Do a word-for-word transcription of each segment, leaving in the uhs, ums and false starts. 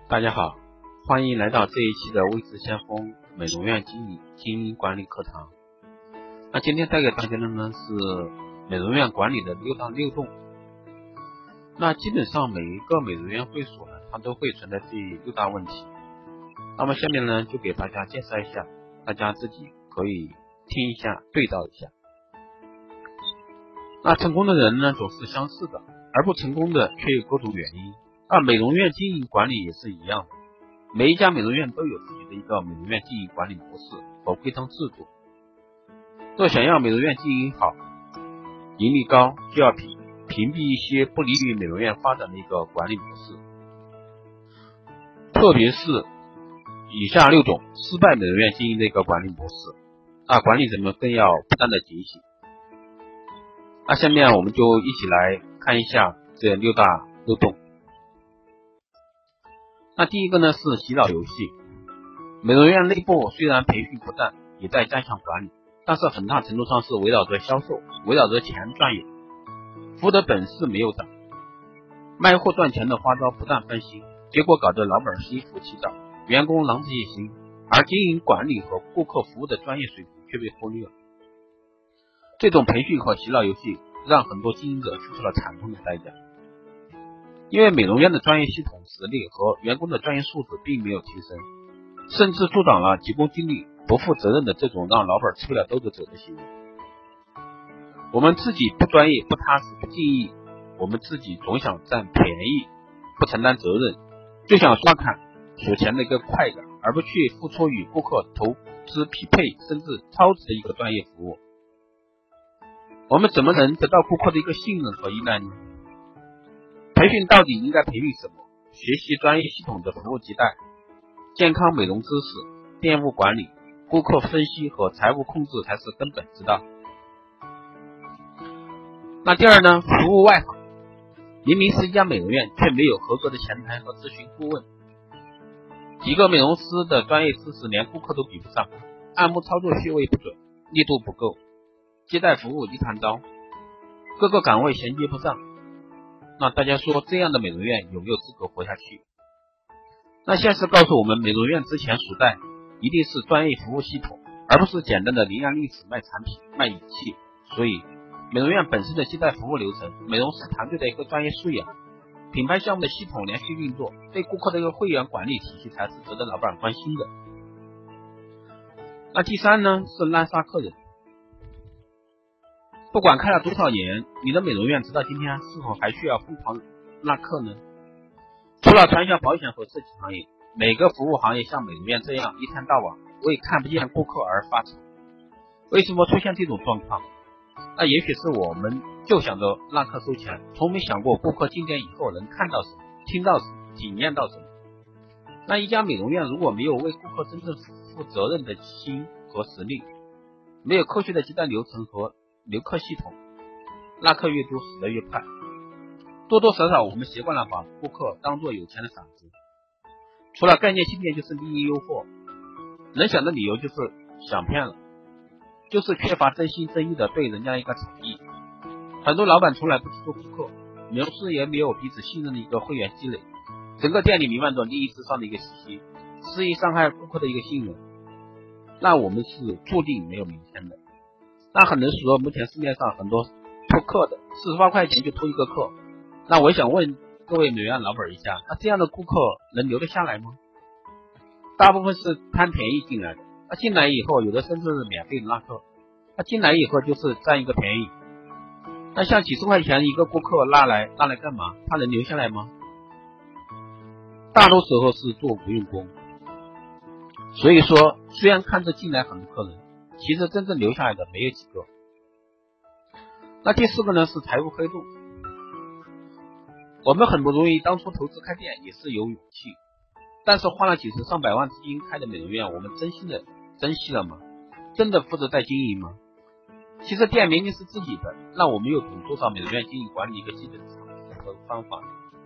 大家好，欢迎来到这一期的微知先锋美容院经营经营管理课堂。那今天带给大家的呢是美容院管理的六大漏洞。那基本上每一个美容院会所呢，它都会存在这六大问题。那么下面呢就给大家介绍一下，大家自己可以听一下，对照一下。那成功的人呢总是相似的，而不成功的却有各种原因。那美容院经营管理也是一样的，每一家美容院都有自己的一个美容院经营管理模式和规章制度。若想要美容院经营好，盈利高，就要屏屏蔽一些不利于美容院发展的一个管理模式，特别是以下六种失败美容院经营的一个管理模式。那管理者们更要不断的警醒。那下面我们就一起来看一下这六大漏洞。那第一个呢是洗脑游戏。美容院内部虽然培训不断，也在加强管理，但是很大程度上是围绕着销售，围绕着钱赚有，服务的本事没有长，卖货赚钱的花招不断翻新，结果搞得老板心浮气躁，员工狼子野心，而经营管理和顾客服务的专业水平却被忽略了。这种培训和洗脑游戏让很多经营者付出了惨痛的代价。因为美容院的专业系统实力和员工的专业素质并没有提升，甚至助长了急功近利、不负责任的这种让老板吃不了兜着走的行为。我们自己不专业、不踏实、不敬意，我们自己总想占便宜，不承担责任，就想刷卡数钱的一个快感，而不去付出与顾客投资匹配甚至超值的一个专业服务。我们怎么能得到顾客的一个信任和依赖呢？培训到底应该培训什么？学习专业系统的服务基带、健康美容知识、店务管理、顾客分析和财务控制才是根本之道。那第二呢，服务外行。明明是一家美容院，却没有合格的前台和咨询顾问，几个美容师的专业知识连顾客都比不上，按摩操作穴位不准，力度不够，接待服务一团糟，各个岗位衔接不上。那大家说这样的美容院有没有资格活下去？那现实告诉我们，美容院之前所在一定是专业服务系统，而不是简单的伶牙俐齿卖产品卖仪器。所以美容院本身的接待服务流程、美容师团队的一个专业素养、品牌项目的系统连续运作，对顾客的一个会员管理体系才是值得老板关心的。那第三呢是滥杀客人。不管开了多少年，你的美容院直到今天是否还需要疯狂拉客呢？除了传销保险和设计行业，每个服务行业像美容院这样一天到晚为看不见顾客而发愁。为什么出现这种状况？那也许是我们就想着拉客收钱，从没想过顾客进店以后能看到什么、听到什么、体验到什么。那一家美容院如果没有为顾客真正负责任的心和实力，没有科学的接待流程和留客系统，拉客越多死得越快。多多少少我们习惯了把顾客当作有钱的傻子，除了概念欺骗就是利益诱惑，能想的理由就是想骗了，就是缺乏真心真意的对人家一个诚意。很多老板从来不去做顾客，美容师也没有彼此信任的一个会员积累，整个店里弥漫着利益至上的一个气息，肆意伤害顾客的一个信任，那我们是注定没有明天的。那很能说目前市面上很多托客的四十八块钱就托一个客，那我想问各位美容院老板一下，那这样的顾客能留得下来吗？大部分是贪便宜进来的，那进来以后有的甚至是免费的拉客，那进来以后就是占一个便宜。那像几十块钱一个顾客拉来拉来干嘛？他能留下来吗？大多时候是做无用功。所以说虽然看着进来很多客人，其实真正留下来的没有几个。那第四个呢是财务黑洞。我们很不容易当初投资开店也是有勇气，但是花了几十上百万资金开的美容院，我们真心的珍惜了吗？真的负责在经营吗？其实店明明是自己的，那我们又懂多少美容院经营管理一个基本常识和方法？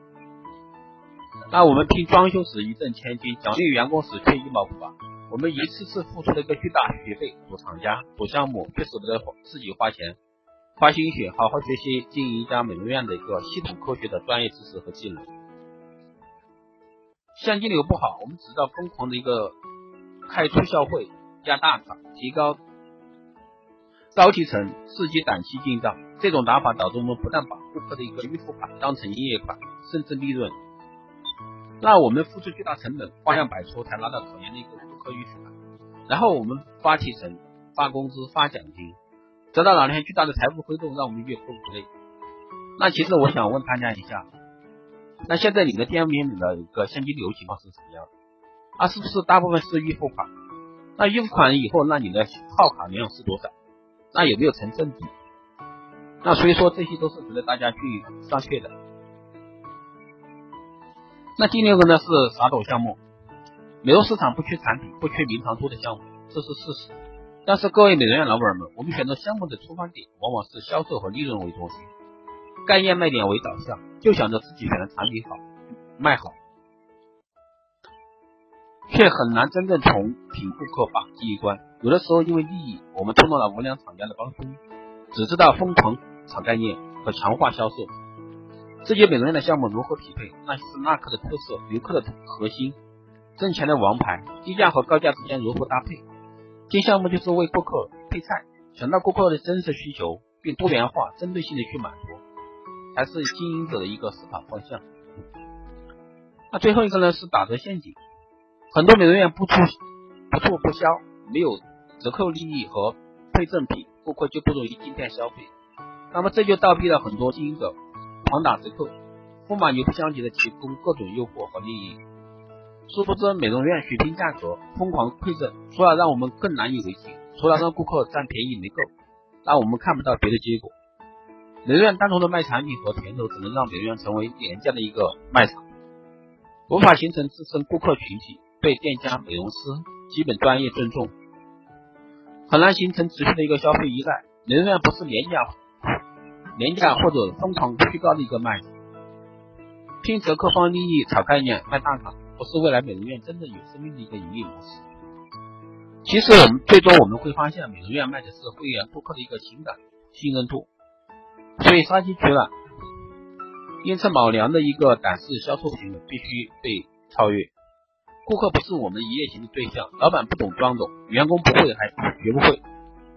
那我们拼装修时一掷千金，奖励员工时却一毛不拔。我们一次次付出了一个巨大学费，补厂家、补项目，却舍不得自己花钱、花心血，好好学习经营一家美容院的一个系统科学的专业知识和技能。 现金流不好，我们只知道疯狂的一个开促销会，压大卡，提高高提成，刺激短期进账。这种打法导致我们不但把顾客的一个预付款当成营业款，甚至利润，那我们付出巨大成本，花样百出才拿到可怜的一个顾客预付款。然后我们发提成、发工资、发奖金，得到哪天巨大的财富回动，让我们越哭不累。那其实我想问大家一下，那现在你的店面里的一个现金流情况是什么样的？啊，是不是大部分是预付款？那预付款以后，那你的号卡量是多少？那有没有成正比？那所以说这些都是值得大家去商榷的。那第六个呢是傻抖项目。美容市场不缺产品，不缺名堂多的项目，这是事实。但是各位美容院老板们，我们选择项目的出发点往往是销售和利润为中心，概念卖点为导向，就想着自己选的产品好卖好，却很难真正从品顾客把第一关。有的时候因为利益，我们碰到了无良厂家的帮凶，只知道疯狂炒概念和强化销售。这些美容院的项目如何匹配？那是纳克的特色，游客的核心，挣钱的王牌，低价和高价之间如何搭配？新项目就是为顾客配菜，想到顾客的真实需求，并多元化、针对性的去满足，才是经营者的一个思考方向。那最后一个呢是打折陷阱，很多美容院不出不促不销，没有折扣利益和配赠品，顾客就不容易进店消费。那么这就倒逼了很多经营者狂打折扣，不满又不相及的提供各种诱惑和利益。殊不知美容院血拼价格，疯狂配赠，除了让我们更难以为继，除了让顾客占便宜没够，让我们看不到别的结果。美容院单纯的卖产品和甜头，只能让美容院成为廉价的一个卖场，无法形成自身顾客群体，对店家、美容师基本专业尊重，很难形成持续的一个消费依赖。美容院不是廉价廉价或者疯狂虚高的一个卖场，拼折扣方利益、炒概念、卖大卡，不是未来美容院真正有生命的一个盈利模式。其实我们最终我们会发现，美容院卖的是会员顾客的一个情感信任度，所以杀鸡取卵、阴差卯良的一个胆识销售行为必须被超越。顾客不是我们一夜情的对象，老板不懂装懂，员工不会还学不会。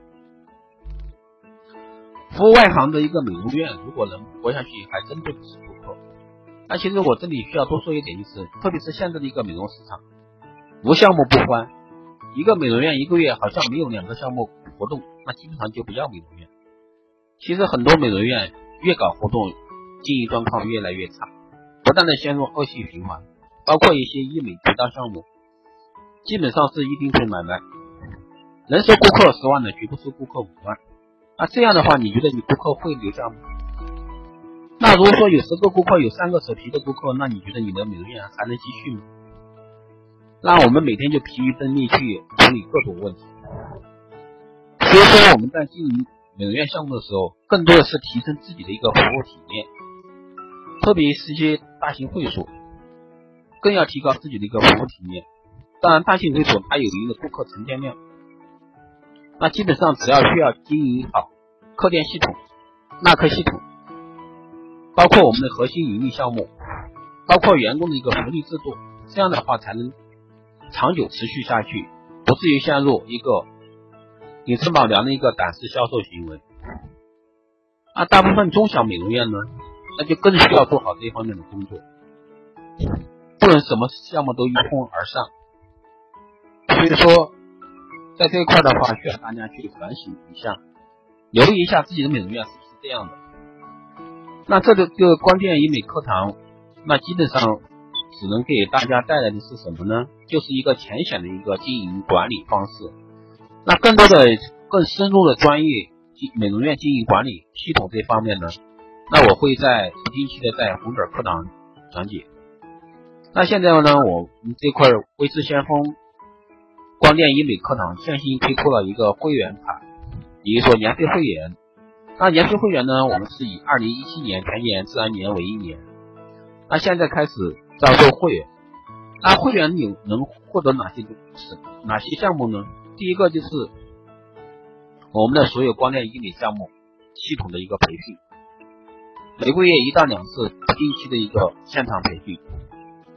服务外行的一个美容院，如果能活下去，还真对不起顾客。那其实我这里需要多说一点，就是特别是现在的一个美容市场，无项目不欢。一个美容院一个月好像没有两个项目活动，那基本上就不要美容院。其实很多美容院越搞活动，经营状况越来越差，不断的陷入恶性循环。包括一些医美渠道项目，基本上是一定会买卖，能收顾客十万的绝不收顾客五万。那这样的话，你觉得你顾客会留下吗？那如果说有十个顾客有三个扯皮的顾客，那你觉得你的美容院还能继续吗？那我们每天就疲于奔命去处理各种问题。所以说我们在经营美容院项目的时候，更多的是提升自己的一个服务体验，特别是一些大型会所，更要提高自己的一个服务体验。当然大型会所它有一定的顾客成交量，那基本上只要需要经营好客店系统、纳客系统，包括我们的核心盈利项目，包括员工的一个福利制度，这样的话才能长久持续下去，不至于陷入一个隐私卯良的一个胆识销售行为。那大部分中小美容院呢，那就更需要做好这一方面的工作，不能什么项目都一哄而上。所以说在这一块的话，需要大家去反省一下，留意一下自己的美容院是不是这样的。那这个这个光电医美课堂，那基本上只能给大家带来的是什么呢？就是一个浅显的一个经营管理方式。那更多的更深入的专业美容院经营管理系统这方面呢，那我会在不定期的在红本课堂讲解。那现在呢，我们这块微知先锋光电医美课堂现新推出了一个会员卡，也就是说年费会员。那年费会员呢，我们是以二零一七年全年自然年为一年。那现在开始招收会员。那会员有能获得哪些哪些项目呢？第一个就是我们的所有光电医美项目系统的一个培训，每个月一到两次不定期的一个现场培训。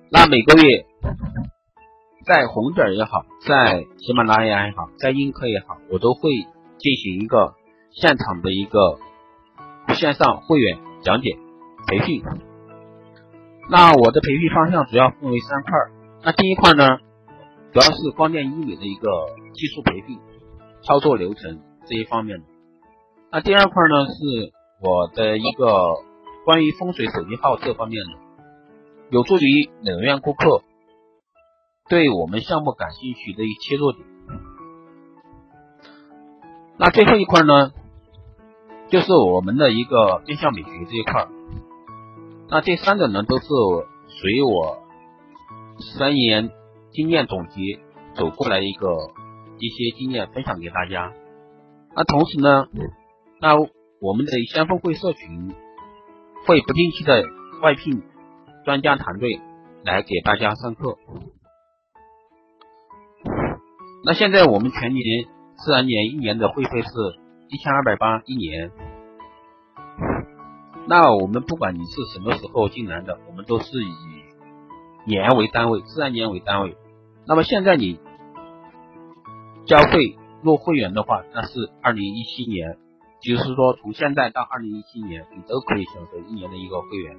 那每个月在红点也好，在喜马拉雅也好，在映客也好，我都会进行一个现场的一个线上会员讲解培训。那我的培训方向主要分为三块。那第一块呢，主要是光电医美的一个技术培训、操作流程这一方面的。那第二块呢，是我的一个关于风水手机号这方面的，有助于美容院顾客对我们项目感兴趣的一切入点。那最后一块呢，就是我们的一个面向美学这一块。那这三者呢，都是随我三年经验总结走过来一个一些经验分享给大家。那同时呢，那我们的先锋会社群会不定期的外聘专家团队来给大家上课。那现在我们全年自然年一年的会费是一千二百八一年。那我们不管你是什么时候进来的，我们都是以年为单位，自然年为单位。那么现在你交费入会员的话，那是二零一七年，就是说从现在到二零一七年，你都可以享受一年的一个会员。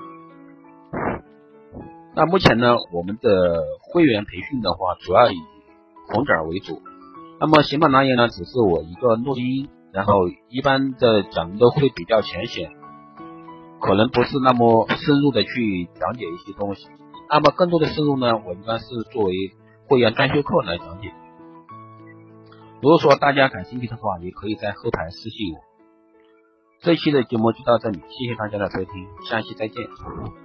那目前呢，我们的会员培训的话，主要以红点为主。那么喜马拉雅呢，只是我一个录音，然后一般的讲都会比较浅显，可能不是那么深入的去讲解一些东西。那么更多的深入呢，我一般是作为会员专修课来讲解。如果说大家感兴趣的话，也可以在后台私信我。这一期的节目就到这里，谢谢大家的收听，下期再见。